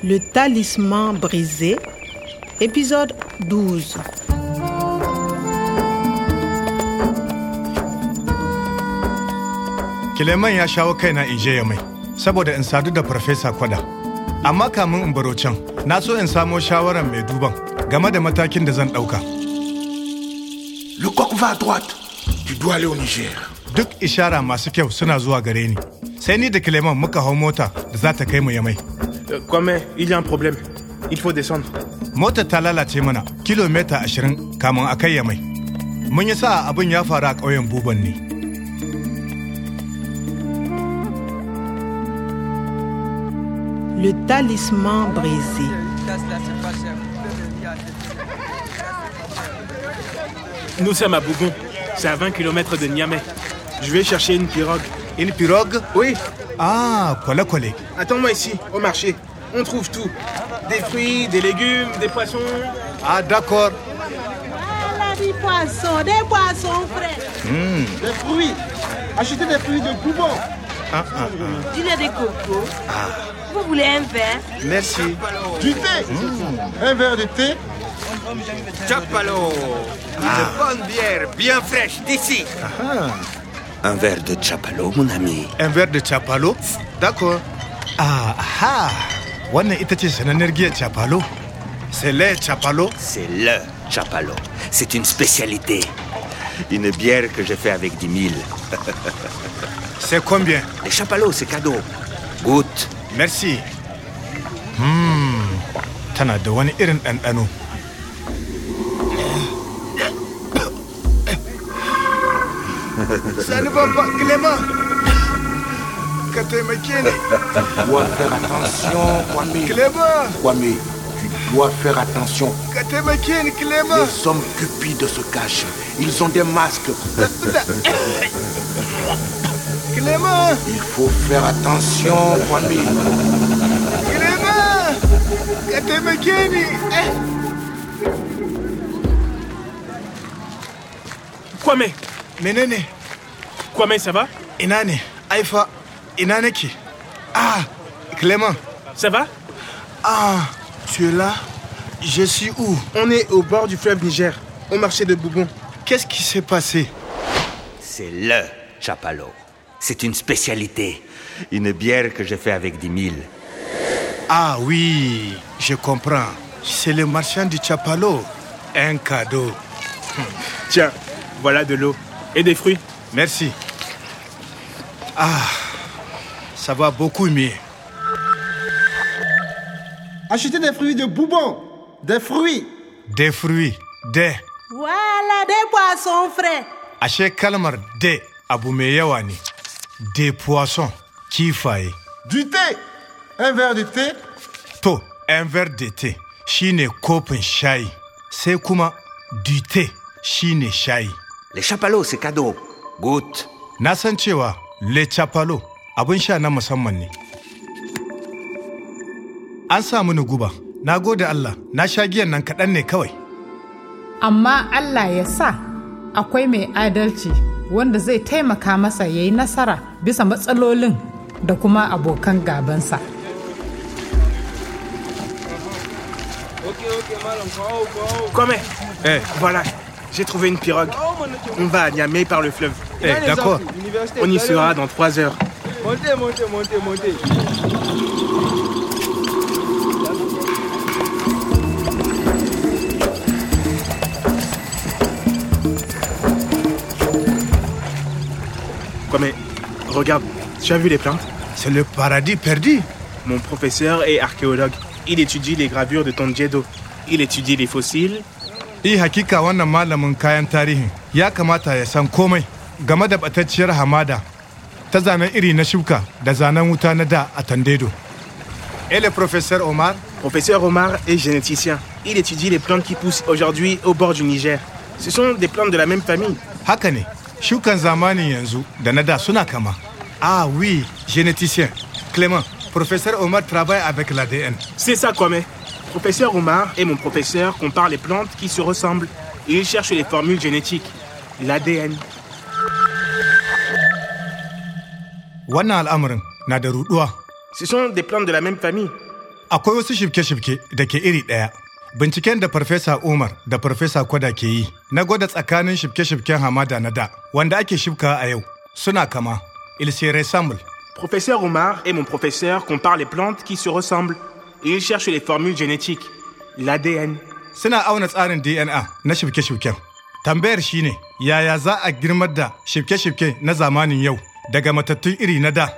Le talisman brisé, épisode 12. Kileman ya shawo kaina in je Yamai saboda in sadu da Farfesa Kwada. Amma kamin in baro can, na so in samo shawaran mai duban game da matakin da zan ɗauka. Le coq va à droite. Tu dois aller au Niger. Duk ishara masu kyau suna zuwa gare ni. Sai ni da Kileman muka hau mota da za ta kai mu Yamai. Kwame, il y a un problème. Il faut descendre. Motar ta lalace mana kilomita 20 kamun a kai Yamai. Mun yi sa'a abin ya faru a ƙauyen Buban ne. Le talisman brisé. Nous sommes à Bougon. C'est à 20 km de Niamey. Je vais chercher une pirogue. Une pirogue? Oui. Ah, kwale-kwale. Attends-moi ici, au marché. On trouve tout. Des fruits, des légumes, des poissons. Ah, d'accord. Voilà des poissons frais. Des fruits. Achetez des fruits de Bougon. Du lait de coco. Vous voulez un verre? Merci. Du thé. Un verre de thé. Chapalo, une bonne bière bien fraîche d'ici. Un verre de Chapalo, mon ami. Un verre de Chapalo? D'accord. Ah, wannan ita ce sananniyar giyar Chapalo? C'est le Chapalo? C'est le Chapalo. C'est une spécialité. Une bière que j'ai fait avec 10 000. C'est combien? Les Chapalo, c'est cadeau. Goûte. Merci. Tana da wani irin ɗanɗano. Sani babba, Clément. Ka taimake ni. Tu dois faire attention, Kwame. Clément. Kwame, tu dois faire attention. Ka taimake ni, Clément. Les hommes cupides se cachent. Ils ont des masques. Clément. Il faut faire attention, Kwame. Clément. Ka taimake ni. Kwame. Menene? Kwame, ça va? Ina ne? Aifa, ina nake? Ah, Clément. Ça va? Ah, tu es là? Je suis où? On est au bord du fleuve Niger, au marché de Bougon. Qu'est-ce qui s'est passé? C'est le Chapalo. C'est une spécialité. Une bière que j'ai fait avec 10 000. Ah oui, je comprends. C'est le marchand du Chapalo. Un cadeau. Tiens, voilà de l'eau. Et des fruits. Merci. Ah, ça va beaucoup mieux. Achetez des fruits de Bougon. Des fruits. Des fruits, des. Voilà des poissons frais. Ashe kalmar de abu mai yawa ne. Des poissons, kifaye. Du thé. Un verre de thé. To, un verre de thé shine kofin shayi. Sai kuma du thé shine shayi. Les Chapalo, c'est cadeau. Goûte. Na san cewa le Chapalo abin sha na musamman ne. An sa mini guba. Na gode Allah, na sha giyan nan kaɗan ne kawai. Amma Allah ya sa akwai mai adalci wanda zai taimaka masa ya yi nasara bisa matsalolin da kuma abokan gabansa. Kwame. Voilà, j'ai trouvé une pirogue. On va à Niamey par le fleuve. D'accord. On y sera dans 3 heures. Montez. Kwame, regarde, tu as vu les plantes? C'est le paradis perdu. Mon professeur est archéologue. Il étudie les gravures de Tonjedo. Il étudie les fossiles. Hakika wannan malamin kayan tarihin ya kamata ya san komai game da batacciyar hamada ta zanen iri na shuka da zanen wuta na da a Tonjedo. Et le professeur Omar? Professeur Omar est généticien. Il étudie les plantes qui poussent aujourd'hui au bord du Niger. Ce sont des plantes de la même famille. Haka ne, shukan zamanin yanzu da na da suna kama. Ah oui, généticien. Clément, professeur Omar travaille avec l'ADN. C'est ça, Kwame. Professeur Omar et mon professeur comparent les plantes qui se ressemblent. Et ils cherchent les formules génétiques, l'ADN. Wannan al'amarin na da ruɗuwa. Ce sont des plantes de la même famille. Akwai wasu shibke-shibke da ke iri ɗaya. Binciken da Farfesa Umar da Farfesa Kwada ke yi na gwada tsakanin shibke-shibken hamada na da wanda ake shibka a yau suna kama. Ils se ressemblent. Professeur Omar et mon professeur comparent les plantes qui se ressemblent et ils cherchent les formules génétiques, l'ADN. Suna auna tsarin DNA na shibke-shibken. Tambayar shine yaya za a girmar da shibke-shibke na zamanin yau daga matattun iri na da.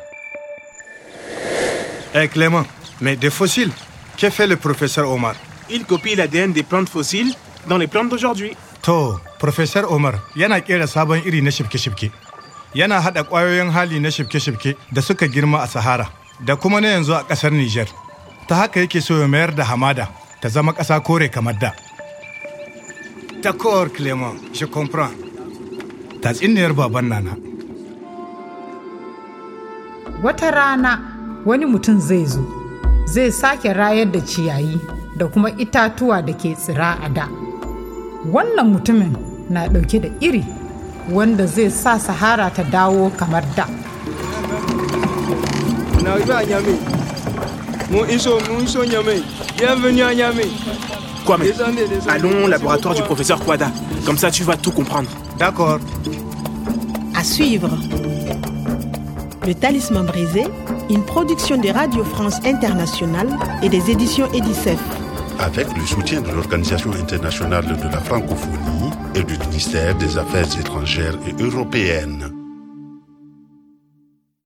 Clément, mais des fossiles, que fait le professeur Omar? Il copie l'ADN des plantes fossiles dans les plantes d'aujourd'hui. To, professeur Omar yana kera sabon iri na shibke-shibke. Yana hada kwayoyin hali na shibke-shibke da suka girma a Sahara da kuma na yanzu a kasar Niger. Ta haka yake so ya mayar da hamada ta zama kasa kore kamar da. D'accord, Clément, je comprends. Tatsuniyar baban nana. Wata rana wani mutum zai zo, zai sake rayar da ciyayi da kuma itatuwa da ke tsira a da. Wannan mutumin na ɗauke da iri wanda zai sa Sahara ta dawo kamar da. Quoi, mais allons au laboratoire du professeur Kwada. Comme ça, tu vas tout comprendre. D'accord. À suivre. Le Talisman brisé, une production de Radio France Internationale et des éditions Edicef. Avec le soutien de l'Organisation internationale de la francophonie et du ministère des Affaires étrangères et européennes.